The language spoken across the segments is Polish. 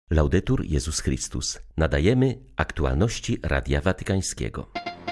Laudetur Jezus Chrystus. Nadajemy aktualności Radia Watykańskiego.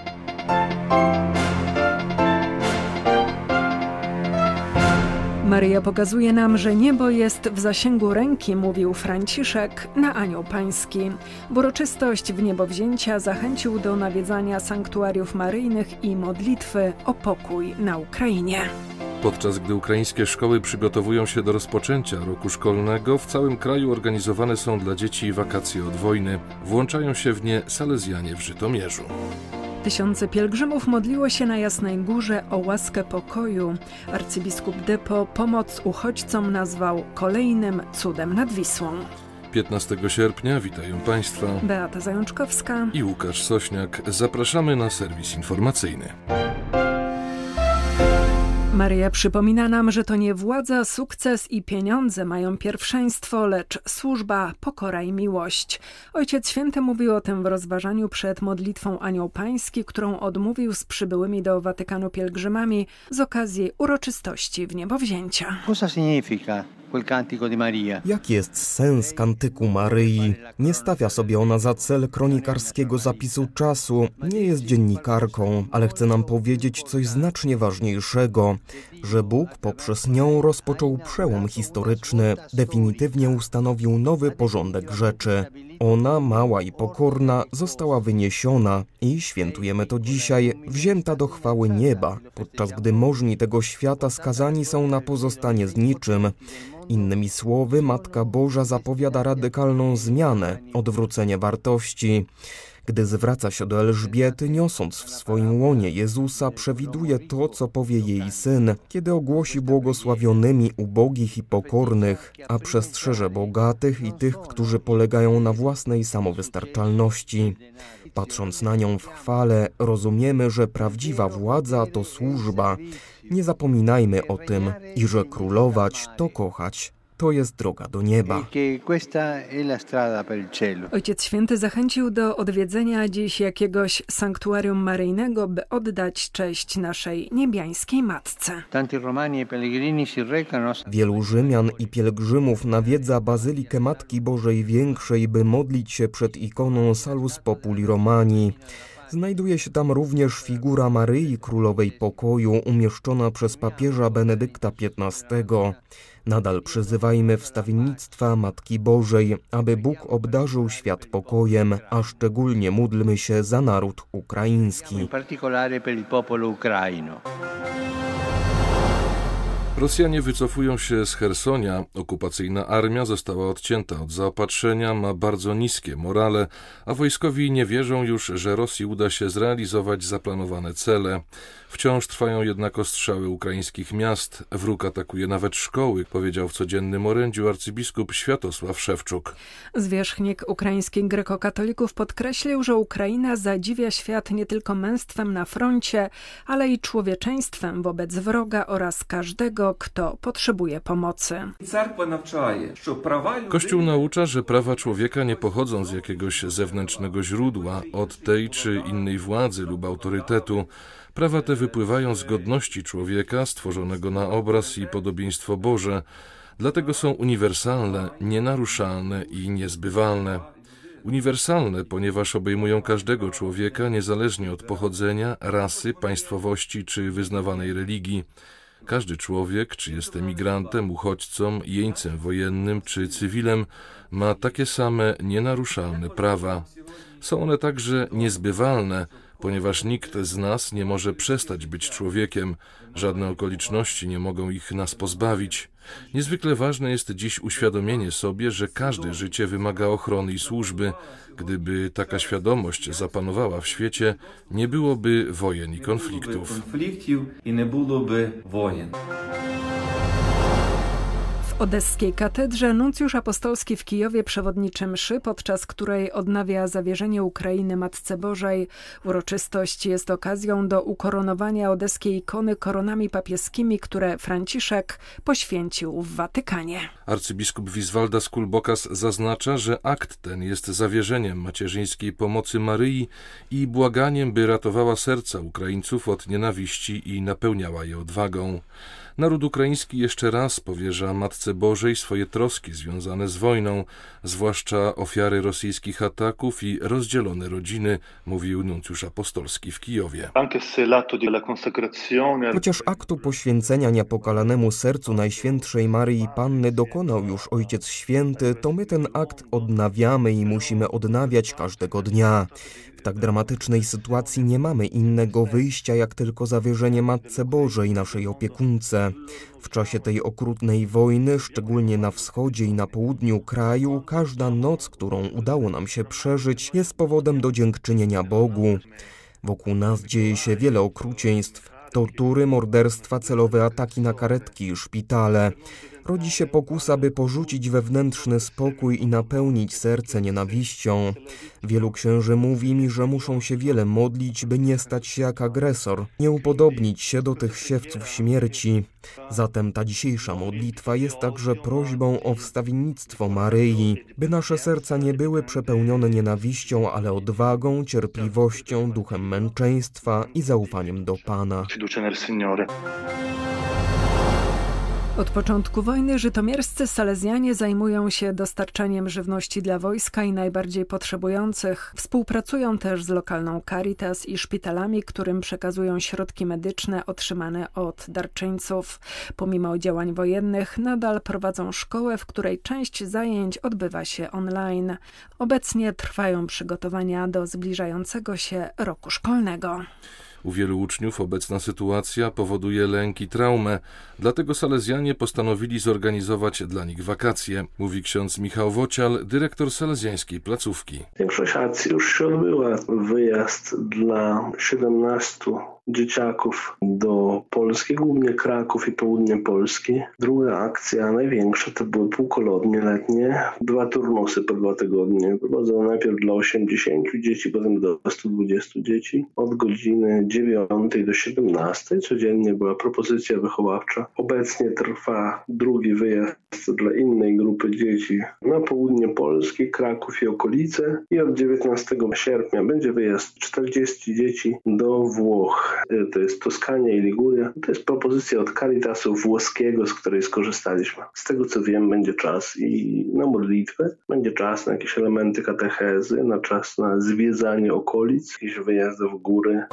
Maryja pokazuje nam, że niebo jest w zasięgu ręki, mówił Franciszek na Anioł Pański. W uroczystość wniebowzięcia zachęcił do nawiedzania sanktuariów maryjnych i modlitwy o pokój na Ukrainie. Podczas gdy ukraińskie szkoły przygotowują się do rozpoczęcia roku szkolnego, w całym kraju organizowane są dla dzieci wakacje od wojny. Włączają się w nie salezjanie w Żytomierzu. Tysiące pielgrzymów modliło się na Jasnej Górze o łaskę pokoju. Arcybiskup Depo pomoc uchodźcom nazwał kolejnym cudem nad Wisłą. 15 sierpnia witają Państwa Beata Zajączkowska i Łukasz Sośniak. Zapraszamy na serwis informacyjny. Maryja przypomina nam, że to nie władza, sukces i pieniądze mają pierwszeństwo, lecz służba, pokora i miłość. Ojciec Święty mówił o tym w rozważaniu przed modlitwą Anioł Pański, którą odmówił z przybyłymi do Watykanu pielgrzymami z okazji uroczystości wniebowzięcia. Cosa significa quel cantico di Maria? Jaki jest sens kantyku Maryi? Nie stawia sobie ona za cel kronikarskiego zapisu czasu, nie jest dziennikarką, ale chce nam powiedzieć coś znacznie ważniejszego, że Bóg poprzez nią rozpoczął przełom historyczny, definitywnie ustanowił nowy porządek rzeczy. Ona, mała i pokorna, została wyniesiona i, świętujemy to dzisiaj, wzięta do chwały nieba, podczas gdy możni tego świata skazani są na pozostanie z niczym. Innymi słowy, Matka Boża zapowiada radykalną zmianę, odwrócenie wartości. Gdy zwraca się do Elżbiety, niosąc w swoim łonie Jezusa, przewiduje to, co powie jej Syn, kiedy ogłosi błogosławionymi ubogich i pokornych, a przestrzeże bogatych i tych, którzy polegają na własnej samowystarczalności. Patrząc na nią w chwale, rozumiemy, że prawdziwa władza to służba. Nie zapominajmy o tym i że królować to kochać. To jest droga do nieba. Ojciec Święty zachęcił do odwiedzenia dziś jakiegoś sanktuarium maryjnego, by oddać cześć naszej niebiańskiej Matce. Wielu Rzymian i pielgrzymów nawiedza Bazylikę Matki Bożej Większej, by modlić się przed ikoną Salus Populi Romani. Znajduje się tam również figura Maryi Królowej Pokoju, umieszczona przez papieża Benedykta XV. Nadal przyzywajmy wstawiennictwa Matki Bożej, aby Bóg obdarzył świat pokojem, a szczególnie módlmy się za naród ukraiński. Rosjanie wycofują się z Chersonia. Okupacyjna armia została odcięta od zaopatrzenia, ma bardzo niskie morale, a wojskowi nie wierzą już, że Rosji uda się zrealizować zaplanowane cele. Wciąż trwają jednak ostrzały ukraińskich miast. Wróg atakuje nawet szkoły, powiedział w codziennym orędziu arcybiskup Światosław Szewczuk. Zwierzchnik ukraińskich grekokatolików podkreślił, że Ukraina zadziwia świat nie tylko męstwem na froncie, ale i człowieczeństwem wobec wroga oraz każdego, kto potrzebuje pomocy. Kościół naucza, że prawa człowieka nie pochodzą z jakiegoś zewnętrznego źródła, od tej czy innej władzy lub autorytetu. Prawa te wypływają z godności człowieka, stworzonego na obraz i podobieństwo Boże. Dlatego są uniwersalne, nienaruszalne i niezbywalne. Uniwersalne, ponieważ obejmują każdego człowieka, niezależnie od pochodzenia, rasy, państwowości czy wyznawanej religii. Każdy człowiek, czy jest emigrantem, uchodźcą, jeńcem wojennym czy cywilem, ma takie same nienaruszalne prawa. Są one także niezbywalne, ponieważ nikt z nas nie może przestać być człowiekiem. Żadne okoliczności nie mogą ich nas pozbawić. Niezwykle ważne jest dziś uświadomienie sobie, że każde życie wymaga ochrony i służby. Gdyby taka świadomość zapanowała w świecie, nie byłoby wojen i konfliktów. W odeskiej katedrze nuncjusz apostolski w Kijowie przewodniczy mszy, podczas której odnawia zawierzenie Ukrainy Matce Bożej. Uroczystość jest okazją do ukoronowania odeskiej ikony koronami papieskimi, które Franciszek poświęcił w Watykanie. Arcybiskup Wiswaldas Kulbokas zaznacza, że akt ten jest zawierzeniem macierzyńskiej pomocy Maryi i błaganiem, by ratowała serca Ukraińców od nienawiści i napełniała je odwagą. Naród ukraiński jeszcze raz powierza Matce Bożej swoje troski związane z wojną, zwłaszcza ofiary rosyjskich ataków i rozdzielone rodziny, mówił nuncjusz apostolski w Kijowie. Chociaż aktu poświęcenia niepokalanemu sercu Najświętszej Maryi Panny dokonał już Ojciec Święty, to my ten akt odnawiamy i musimy odnawiać każdego dnia. W tak dramatycznej sytuacji nie mamy innego wyjścia, jak tylko zawierzenie Matce Bożej, naszej opiekunce. W czasie tej okrutnej wojny, szczególnie na wschodzie i na południu kraju, każda noc, którą udało nam się przeżyć, jest powodem do dziękczynienia Bogu. Wokół nas dzieje się wiele okrucieństw, tortury, morderstwa, celowe ataki na karetki i szpitale. Rodzi się pokusa, by porzucić wewnętrzny spokój i napełnić serce nienawiścią. Wielu księży mówi mi, że muszą się wiele modlić, by nie stać się jak agresor, nie upodobnić się do tych siewców śmierci. Zatem ta dzisiejsza modlitwa jest także prośbą o wstawiennictwo Maryi, by nasze serca nie były przepełnione nienawiścią, ale odwagą, cierpliwością, duchem męczeństwa i zaufaniem do Pana. Od początku wojny żytomierscy salezjanie zajmują się dostarczaniem żywności dla wojska i najbardziej potrzebujących. Współpracują też z lokalną Caritas i szpitalami, którym przekazują środki medyczne otrzymane od darczyńców. Pomimo działań wojennych nadal prowadzą szkołę, w której część zajęć odbywa się online. Obecnie trwają przygotowania do zbliżającego się roku szkolnego. U wielu uczniów obecna sytuacja powoduje lęk i traumę, dlatego salezjanie postanowili zorganizować dla nich wakacje, mówi ksiądz Michał Wocial, dyrektor salezjańskiej placówki. Większość akcji już się odbyła. Wyjazd dla 17 dzieciaków do Polski, głównie Kraków i południe Polski. Druga akcja, największa, to były półkolodnie letnie, 2 turnusy po 2 tygodnie. Prowadzone najpierw dla 80 dzieci, potem do 120 dzieci. Od godziny 9 do 17 codziennie była propozycja wychowawcza. Obecnie trwa drugi wyjazd dla innej grupy dzieci na południe Polski, Kraków i okolice. I od 19 sierpnia będzie wyjazd 40 dzieci do Włoch. To jest Toskania i Liguria. To jest propozycja od Caritasu włoskiego, z której skorzystaliśmy. Z tego co wiem, będzie czas i na modlitwę, będzie czas na jakieś elementy katechezy, na czas na zwiedzanie okolic, jakieś wyjazdy w góry.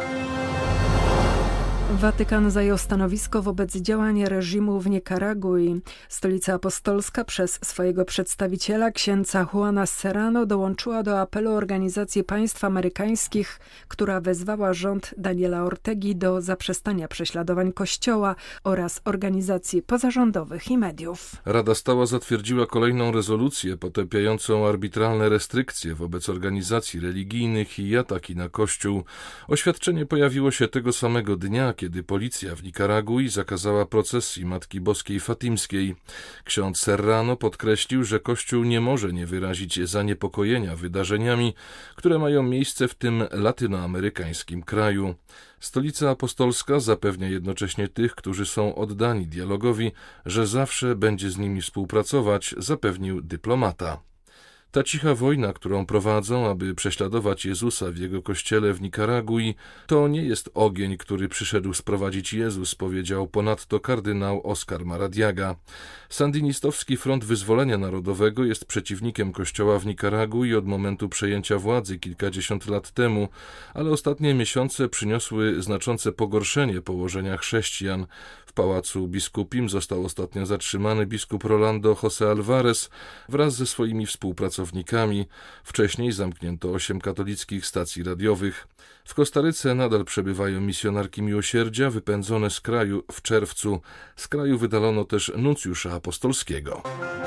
Watykan zajął stanowisko wobec działań reżimu w Nikaragui. Stolica Apostolska przez swojego przedstawiciela, księdza Juana Serrano, dołączyła do apelu Organizacji Państw Amerykańskich, która wezwała rząd Daniela Ortegi do zaprzestania prześladowań Kościoła oraz organizacji pozarządowych i mediów. Rada Stała zatwierdziła kolejną rezolucję potępiającą arbitralne restrykcje wobec organizacji religijnych i ataki na Kościół. Oświadczenie pojawiło się tego samego dnia, kiedy policja w Nikaragui zakazała procesji Matki Boskiej Fatimskiej. Ksiądz Serrano podkreślił, że Kościół nie może nie wyrazić zaniepokojenia wydarzeniami, które mają miejsce w tym latynoamerykańskim kraju. Stolica Apostolska zapewnia jednocześnie tych, którzy są oddani dialogowi, że zawsze będzie z nimi współpracować, zapewnił dyplomata. Ta cicha wojna, którą prowadzą, aby prześladować Jezusa w jego kościele w Nikaragui, to nie jest ogień, który przyszedł sprowadzić Jezus, powiedział ponadto kardynał Oscar Maradiaga. Sandinistowski Front Wyzwolenia Narodowego jest przeciwnikiem kościoła w Nikaragui od momentu przejęcia władzy kilkadziesiąt lat temu, ale ostatnie miesiące przyniosły znaczące pogorszenie położenia chrześcijan. W Pałacu Biskupim został ostatnio zatrzymany biskup Rolando José Alvarez wraz ze swoimi współpracownikami. Wcześniej zamknięto 8 katolickich stacji radiowych. W Kostaryce nadal przebywają misjonarki miłosierdzia wypędzone z kraju w czerwcu. Z kraju wydalono też nuncjusza apostolskiego.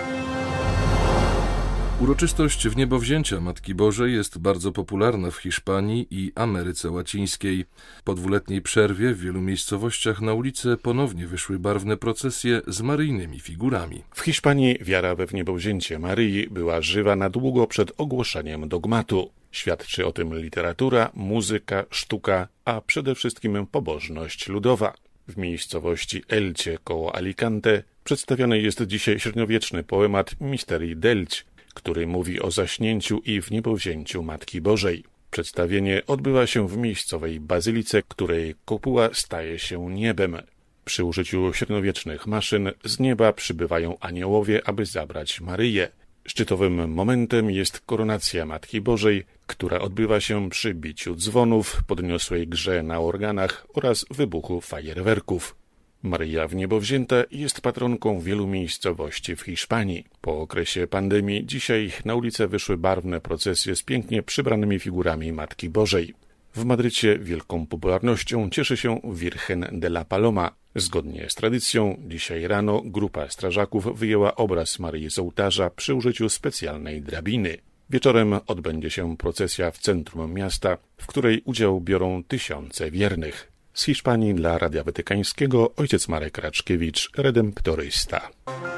Uroczystość wniebowzięcia Matki Bożej jest bardzo popularna w Hiszpanii i Ameryce Łacińskiej. Po 2-letniej przerwie w wielu miejscowościach na ulice ponownie wyszły barwne procesje z maryjnymi figurami. W Hiszpanii wiara we wniebowzięcie Maryi była żywa na długo przed ogłoszeniem dogmatu. Świadczy o tym literatura, muzyka, sztuka, a przede wszystkim pobożność ludowa. W miejscowości Elche koło Alicante przedstawiony jest dzisiaj średniowieczny poemat Misterii d'Elche, który mówi o zaśnięciu i wniebowzięciu Matki Bożej. Przedstawienie odbywa się w miejscowej bazylice, której kopuła staje się niebem. Przy użyciu średniowiecznych maszyn z nieba przybywają aniołowie, aby zabrać Maryję. Szczytowym momentem jest koronacja Matki Bożej, która odbywa się przy biciu dzwonów, podniosłej grze na organach oraz wybuchu fajerwerków. Maryja Wniebowzięta jest patronką wielu miejscowości w Hiszpanii. Po okresie pandemii dzisiaj na ulicę wyszły barwne procesje z pięknie przybranymi figurami Matki Bożej. W Madrycie wielką popularnością cieszy się Virgen de la Paloma. Zgodnie z tradycją, dzisiaj rano grupa strażaków wyjęła obraz Maryi z ołtarza przy użyciu specjalnej drabiny. Wieczorem odbędzie się procesja w centrum miasta, w której udział biorą tysiące wiernych. Z Hiszpanii dla Radia Watykańskiego ojciec Marek Raczkiewicz, redemptorysta.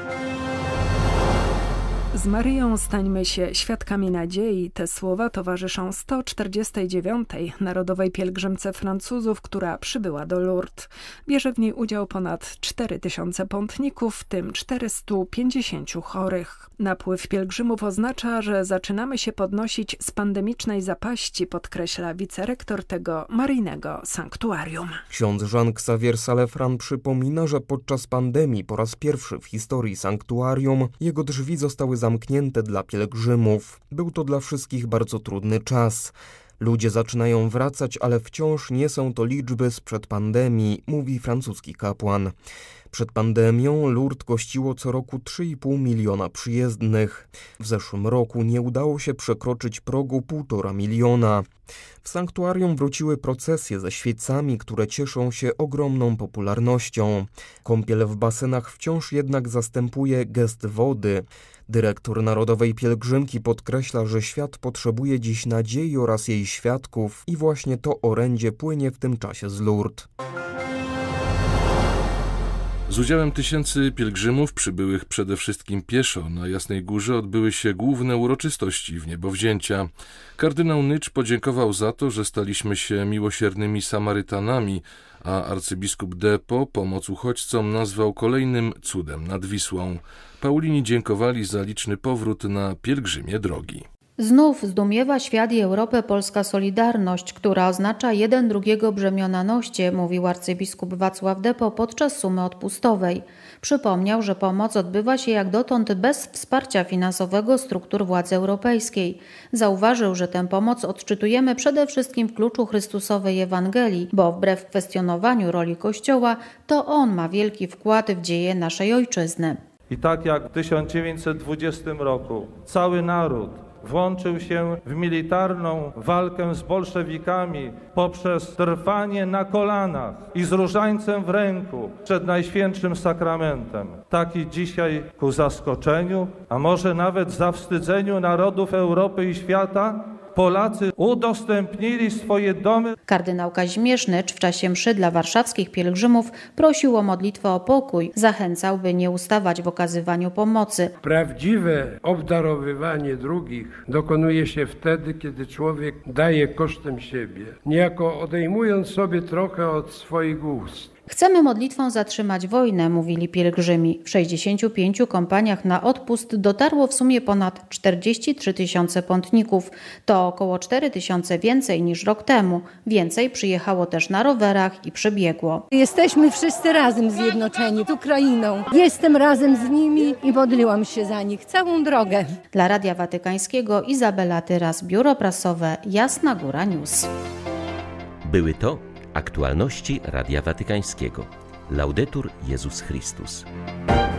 Z Maryją stańmy się świadkami nadziei. Te słowa towarzyszą 149. Narodowej Pielgrzymce Francuzów, która przybyła do Lourdes. Bierze w niej udział ponad 4000 pątników, w tym 450 chorych. Napływ pielgrzymów oznacza, że zaczynamy się podnosić z pandemicznej zapaści, podkreśla wicerektor tego maryjnego sanktuarium. Ksiądz Jean-Xavier Salefran przypomina, że podczas pandemii po raz pierwszy w historii sanktuarium jego drzwi zostały zamknięte dla pielgrzymów. Był to dla wszystkich bardzo trudny czas. Ludzie zaczynają wracać, ale wciąż nie są to liczby sprzed pandemii, mówi francuski kapłan. Przed pandemią Lourdes gościło co roku 3,5 miliona przyjezdnych. W zeszłym roku nie udało się przekroczyć progu 1,5 miliona. W sanktuarium wróciły procesje ze świecami, które cieszą się ogromną popularnością. Kąpiel w basenach wciąż jednak zastępuje gest wody. Dyrektor Narodowej Pielgrzymki podkreśla, że świat potrzebuje dziś nadziei oraz jej świadków i właśnie to orędzie płynie w tym czasie z Lourdes. Z udziałem tysięcy pielgrzymów przybyłych przede wszystkim pieszo na Jasnej Górze odbyły się główne uroczystości Wniebowzięcia. Kardynał Nycz podziękował za to, że staliśmy się miłosiernymi Samarytanami, a arcybiskup Depo pomoc uchodźcom nazwał kolejnym cudem nad Wisłą. Paulini dziękowali za liczny powrót na pielgrzymie drogi. Znów zdumiewa świat i Europę polska solidarność, która oznacza jeden drugiego brzemiona noście, mówił arcybiskup Wacław Depo podczas sumy odpustowej. Przypomniał, że pomoc odbywa się jak dotąd bez wsparcia finansowego struktur władzy europejskiej. Zauważył, że tę pomoc odczytujemy przede wszystkim w kluczu Chrystusowej Ewangelii, bo wbrew kwestionowaniu roli Kościoła, to on ma wielki wkład w dzieje naszej ojczyzny. I tak jak w 1920 roku cały naród włączył się w militarną walkę z bolszewikami poprzez trwanie na kolanach i z różańcem w ręku przed Najświętszym Sakramentem. Tak i dzisiaj ku zaskoczeniu, a może nawet zawstydzeniu narodów Europy i świata, Polacy udostępnili swoje domy. Kardynał Kazimierz Nycz w czasie mszy dla warszawskich pielgrzymów prosił o modlitwę o pokój. Zachęcał, by nie ustawać w okazywaniu pomocy. Prawdziwe obdarowywanie drugich dokonuje się wtedy, kiedy człowiek daje kosztem siebie, niejako odejmując sobie trochę od swoich ust. Chcemy modlitwą zatrzymać wojnę, mówili pielgrzymi. W 65 kompaniach na odpust dotarło w sumie ponad 43 000 pątników. To około 4 000 więcej niż rok temu. Więcej przyjechało też na rowerach i przybiegło. Jesteśmy wszyscy razem zjednoczeni z Ukrainą. Jestem razem z nimi i modliłam się za nich całą drogę. Dla Radia Watykańskiego Izabela Tyras, Biuro Prasowe Jasna Góra News. Były to aktualności Radia Watykańskiego. Laudetur Jezus Chrystus.